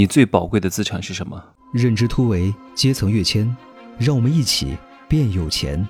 你最宝贵的资产是什么？ 认知突围，阶层跃迁，让我们一起变有钱。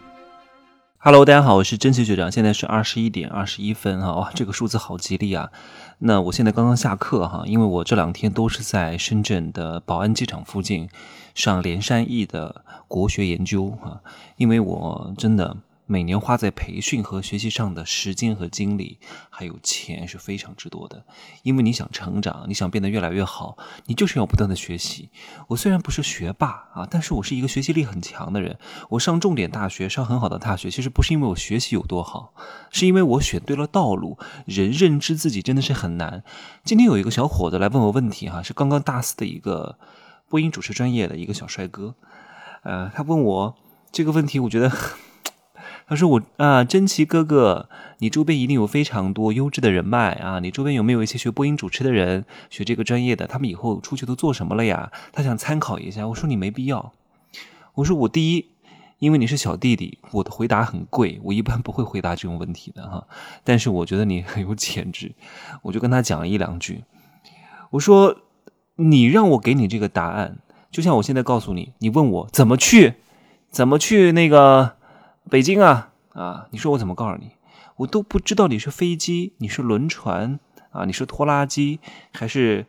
Hello， 大家好，我是真奇学长，现在是21点21分啊，哇，这个数字好吉利啊！那我现在刚刚下课哈，因为我这2天都是在深圳的宝安机场附近上连山易的国学研究啊，因为我真的每年花在培训和学习上的时间和精力还有钱是非常之多的，因为你想成长，你想变得越来越好，你就是要不断的学习。我虽然不是学霸啊，但是我是一个学习力很强的人。我上重点大学，上很好的大学，其实不是因为我学习有多好，是因为我选对了道路。人认知自己真的是很难。今天有一个小伙子来问我问题哈，是刚刚大4的一个播音主持专业的一个小帅哥，他问我这个问题，我觉得他说真奇哥哥，你周边一定有非常多优质的人脉啊，你周边有没有一些学播音主持的人，学这个专业的，他们以后出去都做什么了呀？他想参考一下。我说你没必要。我说我第一，因为你是小弟弟，我的回答很贵，我一般不会回答这种问题的哈。但是我觉得你很有潜质，我就跟他讲了1-2句。我说你让我给你这个答案，就像我现在告诉你，你问我怎么去那个北京啊，你说我怎么告诉你？我都不知道你是飞机，你是轮船啊，你是拖拉机，还是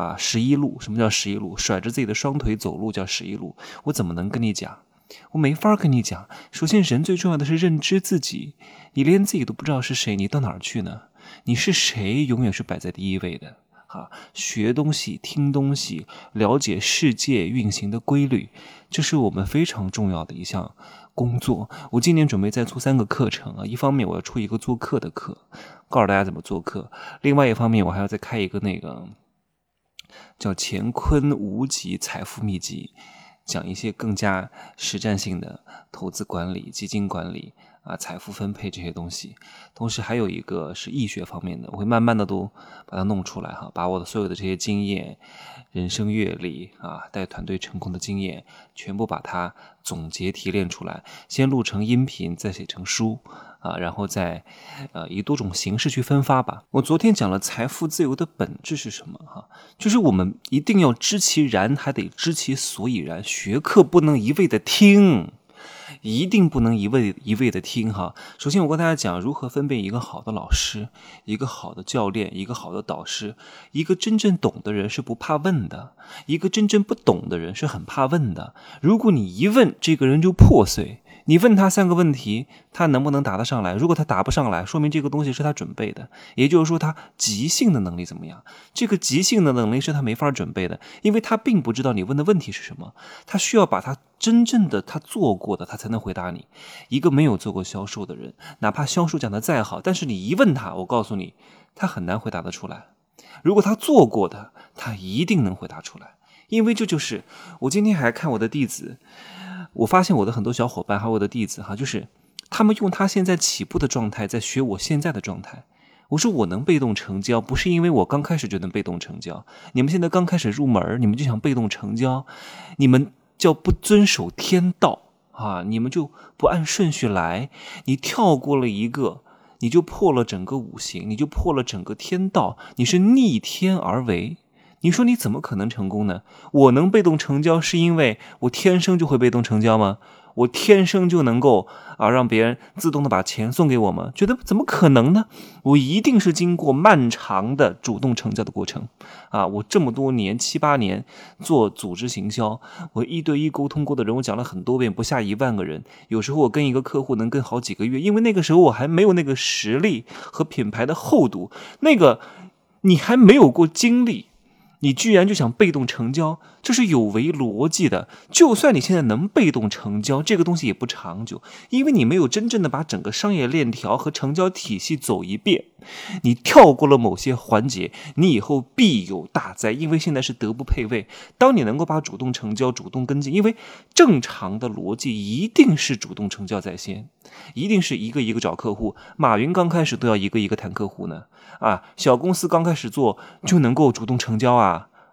11路？什么叫11路？甩着自己的双腿走路叫11路。我怎么能跟你讲？我没法跟你讲。首先，人最重要的是认知自己。你连自己都不知道是谁，你到哪儿去呢？你是谁，永远是摆在第一位的。学东西，听东西，了解世界运行的规律，这是我们非常重要的一项工作。我今年准备再出3个课程啊，一方面我要出一个做课的课，告诉大家怎么做课；另外一方面我还要再开一个那个叫乾坤无极财富秘籍，讲一些更加实战性的投资管理、基金管理财富分配这些东西。同时还有一个是易学方面的，我会慢慢的都把它弄出来哈，把我的所有的这些经验、人生阅历带团队成功的经验，全部把它总结提炼出来，先录成音频，再写成书然后再以多种形式去分发吧。我昨天讲了财富自由的本质是什么就是我们一定要知其然，还得知其所以然。学课不能一味的听，一定不能一味的听哈。首先我跟大家讲如何分辨一个好的老师，一个好的教练，一个好的导师。一个真正懂的人是不怕问的，一个真正不懂的人是很怕问的。如果你一问，这个人就破碎。你问他3个问题，他能不能答得上来？如果他答不上来，说明这个东西是他准备的，也就是说他即兴的能力怎么样？这个即兴的能力是他没法准备的，因为他并不知道你问的问题是什么，他需要把他真正的他做过的，他才能回答你。一个没有做过销售的人，哪怕销售讲得再好，但是你一问他，我告诉你，他很难回答得出来。如果他做过的，他一定能回答出来。因为这就是我今天还看我的弟子，我发现我的很多小伙伴还有我的弟子就是他们用他现在起步的状态在学我现在的状态。我说我能被动成交，不是因为我刚开始就能被动成交。你们现在刚开始入门，你们就想被动成交，你们叫不遵守天道你们就不按顺序来，你跳过了一个，你就破了整个五行，你就破了整个天道，你是逆天而为。你说你怎么可能成功呢？我能被动成交是因为我天生就会被动成交吗？我天生就能够让别人自动的把钱送给我吗？觉得怎么可能呢？我一定是经过漫长的主动成交的过程我这么多年7、8年做组织行销，我1对1沟通过的人我讲了很多遍，不下1万个人。有时候我跟一个客户能跟好几个月，因为那个时候我还没有那个实力和品牌的厚度，那个你还没有过经历，你居然就想被动成交，这是有违逻辑的。就算你现在能被动成交，这个东西也不长久，因为你没有真正的把整个商业链条和成交体系走一遍，你跳过了某些环节，你以后必有大灾。因为现在是德不配位，当你能够把主动成交、主动跟进，因为正常的逻辑一定是主动成交在先，一定是一个一个找客户。马云刚开始都要一个一个谈客户呢小公司刚开始做就能够主动成交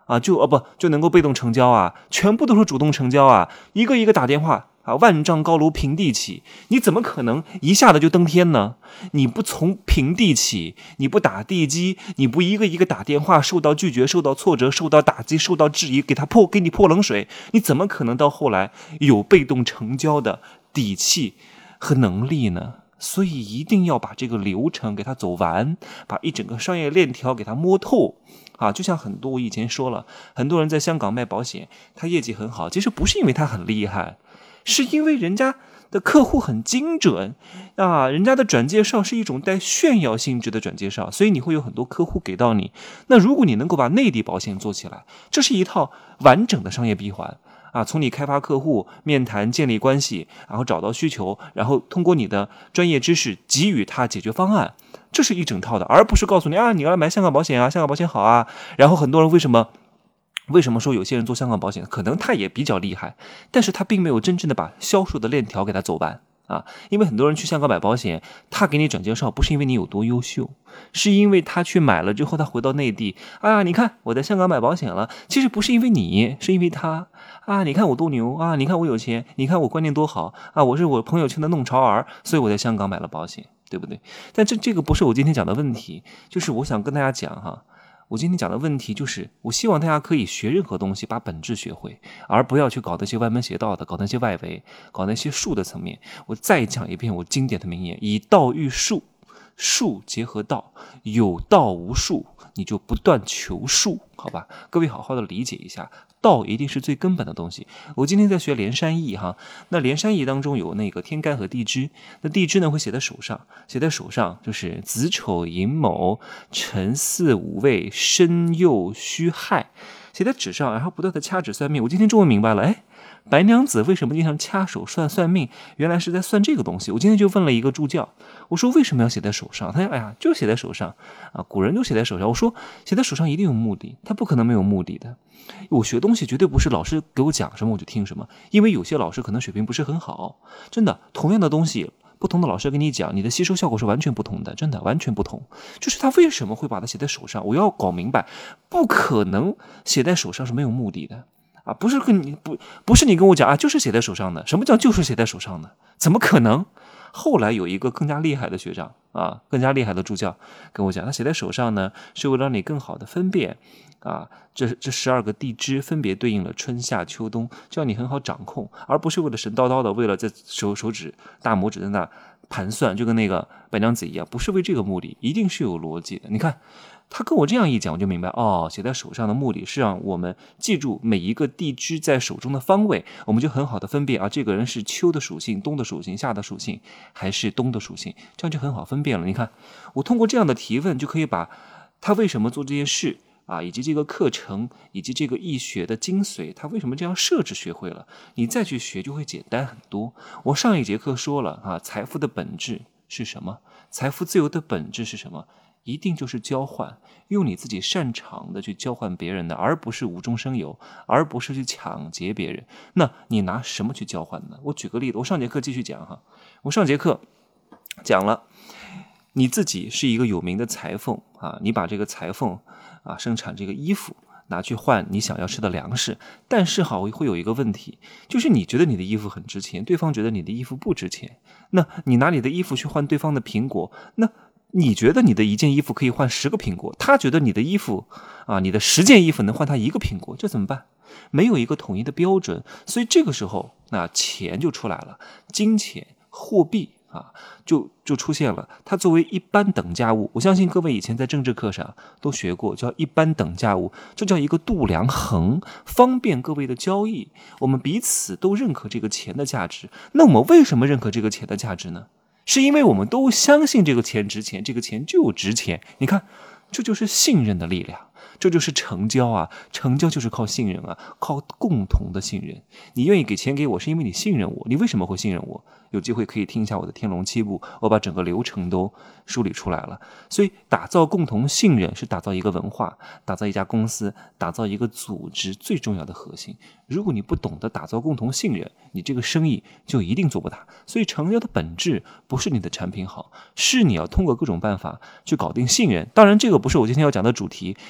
就能够被动成交啊？全部都是主动成交啊！一个一个打电话啊，万丈高楼平地起，你怎么可能一下子就登天呢？你不从平地起，你不打地基，你不一个一个打电话，受到拒绝，受到挫折，受到打击，受到质疑，给你泼冷水，你怎么可能到后来有被动成交的底气和能力呢？所以一定要把这个流程给它走完，把一整个商业链条给它摸透啊！就像我以前说了，很多人在香港卖保险，他业绩很好，其实不是因为他很厉害，是因为人家的客户很精准啊，人家的转介绍是一种带炫耀性质的转介绍，所以你会有很多客户给到你。那如果你能够把内地保险做起来，这是一套完整的商业闭环啊，从你开发客户、面谈、建立关系，然后找到需求，然后通过你的专业知识给予他解决方案，这是一整套的，而不是告诉你啊，你要来买香港保险啊，香港保险好啊。然后很多人为什么说有些人做香港保险，可能他也比较厉害，但是他并没有真正的把销售的链条给他走完啊。因为很多人去香港买保险，他给你转介绍不是因为你有多优秀，是因为他去买了之后，他回到内地啊，你看我在香港买保险了，其实不是因为你，是因为他啊，你看我多牛啊，你看我有钱，你看我观念多好啊，我是我朋友圈的弄潮儿，所以我在香港买了保险，对不对？但这个不是我今天讲的问题，就是我想跟大家讲哈。我今天讲的问题就是，我希望大家可以学任何东西，把本质学会，而不要去搞那些歪门邪道的，搞那些外围，搞那些术的层面。我再讲一遍我经典的名言：以道育术，术结合道，有道无术，你就不断求术，好吧？各位好好的理解一下，道一定是最根本的东西。我今天在学连山易哈，那连山易当中有那个天干和地支，那地支呢会写在手上，就是子丑寅卯辰巳午未申酉戌亥，写在纸上，然后不断的掐指算命。我今天终于明白了，白娘子为什么经常掐手算命，原来是在算这个东西。我今天就问了一个助教，我说为什么要写在手上？他说就写在手上啊，古人就写在手上。我说写在手上一定有目的，他不可能没有目的的。我学东西绝对不是老师给我讲什么我就听什么，因为有些老师可能水平不是很好，真的，同样的东西不同的老师跟你讲，你的吸收效果是完全不同的，真的完全不同。就是他为什么会把它写在手上，我要搞明白，不可能写在手上是没有目的的啊！不是你跟我讲啊，就是写在手上的。什么叫就是写在手上的？怎么可能？后来有一个更加厉害的学长啊，更加厉害的助教跟我讲，他写在手上呢，是为了让你更好的分辨啊，这12个地支分别对应了春夏秋冬，叫你很好掌控，而不是为了神叨叨的，为了在手指大拇指在那盘算，就跟那个白娘子一样，不是为这个目的，一定是有逻辑的。你看他跟我这样一讲，我就明白哦，写在手上的目的是让我们记住每一个地支在手中的方位，我们就很好的分辨啊，这个人是秋的属性、冬的属性、夏的属性，还是冬的属性，这样就很好分辨了。你看，我通过这样的提问，就可以把他为什么做这件事啊，以及这个课程，以及这个易学的精髓，他为什么这样设置学会了，你再去学就会简单很多。我上一节课说了啊，财富的本质是什么？财富自由的本质是什么？一定就是交换，用你自己擅长的去交换别人的，而不是无中生有，而不是去抢劫别人。那你拿什么去交换呢？我举个例子，我上节课继续讲哈，我上节课讲了，你自己是一个有名的裁缝啊，你把这个裁缝啊生产这个衣服拿去换你想要吃的粮食，但是会有一个问题，就是你觉得你的衣服很值钱，对方觉得你的衣服不值钱，那你拿你的衣服去换对方的苹果，那你觉得你的一件衣服可以换10个苹果，他觉得你的衣服啊，你的10件衣服能换他1个苹果，这怎么办？没有一个统一的标准，所以这个时候那钱就出来了，金钱、货币啊，就出现了。它作为一般等价物，我相信各位以前在政治课上都学过，叫一般等价物，这叫一个度量衡，方便各位的交易。我们彼此都认可这个钱的价值。那我们为什么认可这个钱的价值呢？是因为我们都相信这个钱值钱，这个钱就值钱。你看，这就是信任的力量，这就是成交啊！成交就是靠信任啊，靠共同的信任。你愿意给钱给我，是因为你信任我。你为什么会信任我？有机会可以听一下我的《天龙七部》，我把整个流程都梳理出来了。所以，打造共同信任是打造一个文化、打造一家公司、打造一个组织最重要的核心。如果你不懂得打造共同信任，你这个生意就一定做不大。所以，成交的本质不是你的产品好，是你要通过各种办法去搞定信任。当然，这个不是我今天要讲的主题。我今天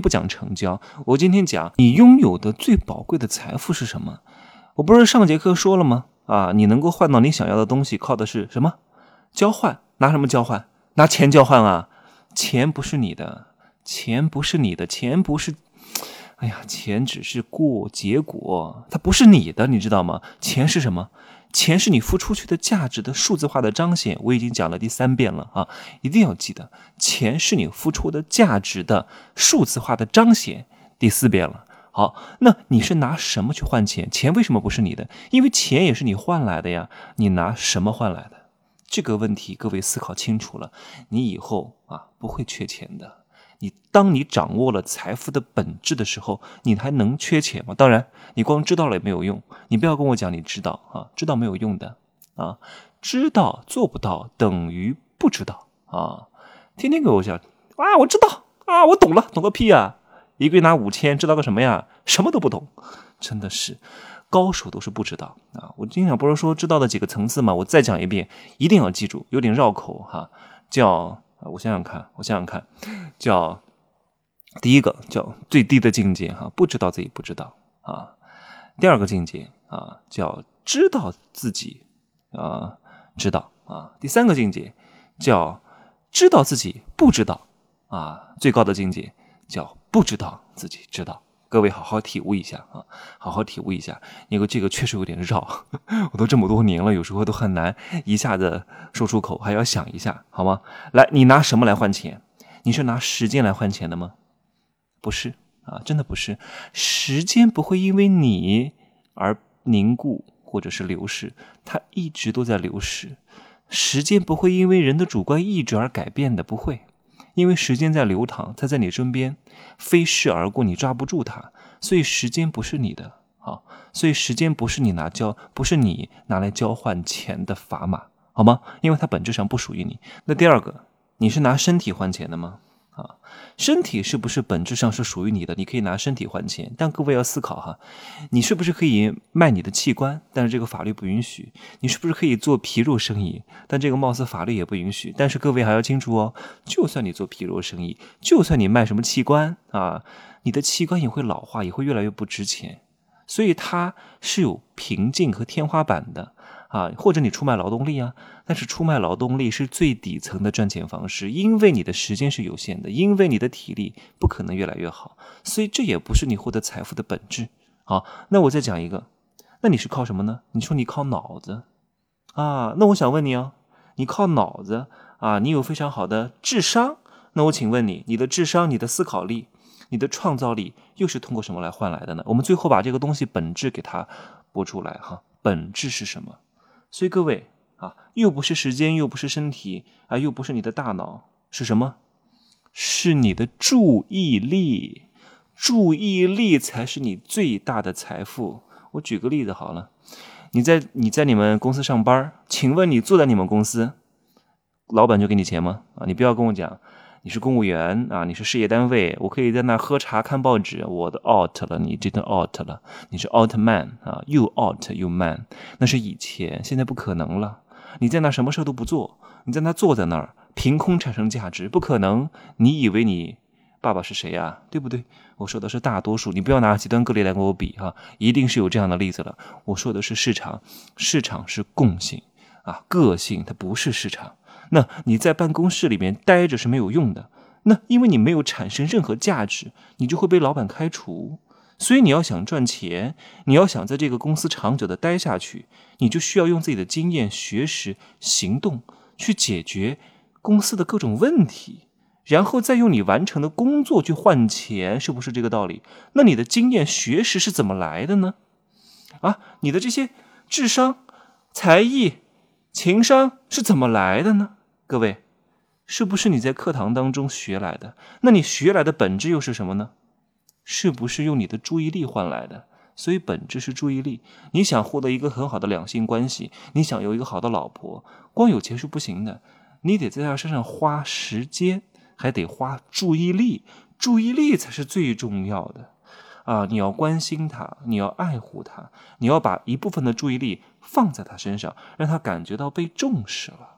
天不讲成交，我今天讲你拥有的最宝贵的财富是什么？我不是上节课说了吗？你能够换到你想要的东西，靠的是什么？交换。拿什么交换？拿钱交换啊！钱不是你的，钱不是你的，钱不是，钱只是结果，它不是你的，你知道吗？钱是什么？钱是你付出去的价值的数字化的彰显。我已经讲了第3遍了啊，一定要记得，钱是你付出的价值的数字化的彰显。第4遍了。好，那你是拿什么去换钱？钱为什么不是你的？因为钱也是你换来的呀。你拿什么换来的？这个问题各位思考清楚了，你以后不会缺钱的。当你掌握了财富的本质的时候，你还能缺钱吗？当然，你光知道了也没有用。你不要跟我讲你知道知道没有用的知道做不到等于不知道天天给我讲我知道我懂了，懂个屁啊！一个月拿5000，知道个什么呀？什么都不懂，真的是高手都是不知道我经常不是说知道的几个层次吗？我再讲一遍，一定要记住，有点绕口叫我想想看，叫第一个叫最低的境界不知道自己不知道第二个境界叫知道自己知道第三个境界叫知道自己不知道最高的境界叫不知道自己知道。各位好好体悟一下好好体悟一下，因为这个确实有点绕，我都这么多年了，有时候都很难一下子说出口，还要想一下，好吗？来，你拿什么来换钱？你是拿时间来换钱的吗？不是真的不是。时间不会因为你而凝固或者是流逝，它一直都在流逝。时间不会因为人的主观意志而改变的，不会。因为时间在流淌，它在你身边飞逝而过，你抓不住它，所以时间不是你的所以时间不是你拿来交换钱的砝码，好吗？因为它本质上不属于你。那第二个，你是拿身体换钱的吗？身体是不是本质上是属于你的？你可以拿身体换钱，但各位要思考你是不是可以卖你的器官？但是这个法律不允许。你是不是可以做皮肉生意？但这个貌似法律也不允许。但是各位还要清楚就算你做皮肉生意，就算你卖什么器官你的器官也会老化，也会越来越不值钱。所以它是有瓶颈和天花板的或者你出卖劳动力但是出卖劳动力是最底层的赚钱方式，因为你的时间是有限的，因为你的体力不可能越来越好，所以这也不是你获得财富的本质。好，那我再讲一个，那你是靠什么呢？你说你靠脑子那我想问你你靠脑子你有非常好的智商，那我请问你，你的智商、你的思考力、你的创造力又是通过什么来换来的呢？我们最后把这个东西本质给它播出来本质是什么？所以各位又不是时间，又不是身体又不是你的大脑，是什么？是你的注意力。注意力才是你最大的财富。我举个例子好了，你在你们公司上班，请问你坐在你们公司，老板就给你钱吗？你不要跟我讲你是公务员你是事业单位，我可以在那喝茶看报纸，我的 out 了，你真的 out 了，你是 out man you out you man， 那是以前，现在不可能了。你在那什么事都不做，你在那坐在那儿凭空产生价值，不可能。你以为你爸爸是谁对不对？我说的是大多数，你不要拿极端个例来跟我比一定是有这样的例子了。我说的是市场，市场是共性个性它不是市场。那你在办公室里面待着是没有用的，那因为你没有产生任何价值，你就会被老板开除。所以你要想赚钱，你要想在这个公司长久的待下去，你就需要用自己的经验、学识、行动去解决公司的各种问题，然后再用你完成的工作去换钱，是不是这个道理？那你的经验、学识是怎么来的呢？你的这些智商、才艺、情商是怎么来的呢？各位，是不是你在课堂当中学来的？那你学来的本质又是什么呢？是不是用你的注意力换来的？所以本质是注意力。你想获得一个很好的两性关系，你想有一个好的老婆，光有钱是不行的，你得在他身上花时间，还得花注意力，注意力才是最重要的你要关心他，你要爱护他，你要把一部分的注意力放在他身上，让他感觉到被重视了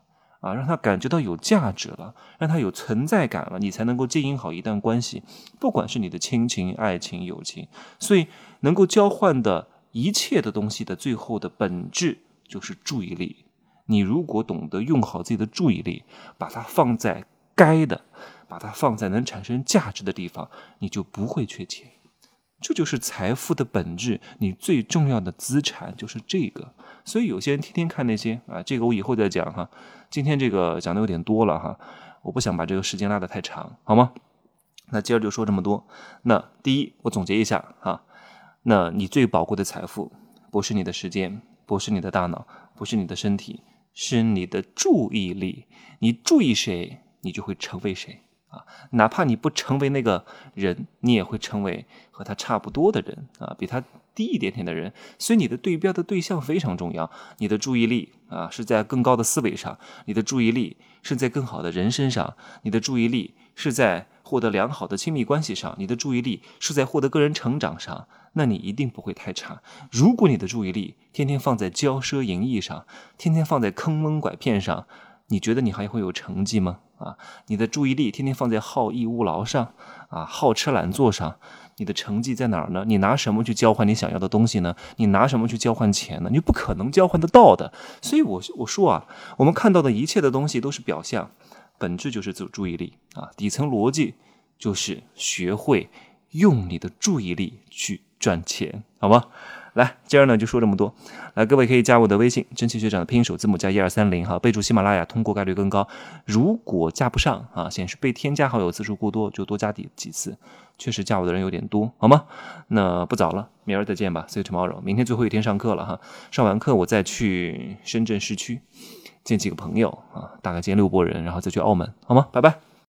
啊，让他感觉到有价值了，让他有存在感了，你才能够经营好一段关系，不管是你的亲情、爱情、友情。所以能够交换的一切的东西的最后的本质就是注意力。你如果懂得用好自己的注意力，把它放在该的，把它放在能产生价值的地方，你就不会缺钱。这就是财富的本质，你最重要的资产就是这个。所以有些人天天看那些这个我以后再讲哈，今天这个讲的有点多了哈，我不想把这个时间拉得太长，好吗？那接着就说这么多。那第一，我总结一下哈，那你最宝贵的财富不是你的时间，不是你的大脑，不是你的身体，是你的注意力。你注意谁，你就会成为谁。哪怕你不成为那个人，你也会成为和他差不多的人比他低一点点的人。所以你的对标的对象非常重要，你的注意力是在更高的思维上，你的注意力是在更好的人身上，你的注意力是在获得良好的亲密关系上，你的注意力是在获得个人成长上，那你一定不会太差。如果你的注意力天天放在骄奢淫逸上，天天放在坑蒙拐骗上，你觉得你还会有成绩吗？你的注意力天天放在好逸恶劳上好吃懒做上，你的成绩在哪儿呢？你拿什么去交换你想要的东西呢？你拿什么去交换钱呢？你不可能交换得到的。所以我说我们看到的一切的东西都是表象，本质就是注意力底层逻辑就是学会用你的注意力去赚钱，好吗？来，今儿呢就说这么多。来，各位可以加我的微信，真奇学长的拼音首字母加1230哈，备注喜马拉雅，通过概率更高。如果加不上显示被添加好友次数过多，就多加几次。确实加我的人有点多，好吗？那不早了，明儿再见吧 ，See you tomorrow。明天最后一天上课了哈，上完课我再去深圳市区见几个朋友大概见6拨人，然后再去澳门，好吗？拜拜。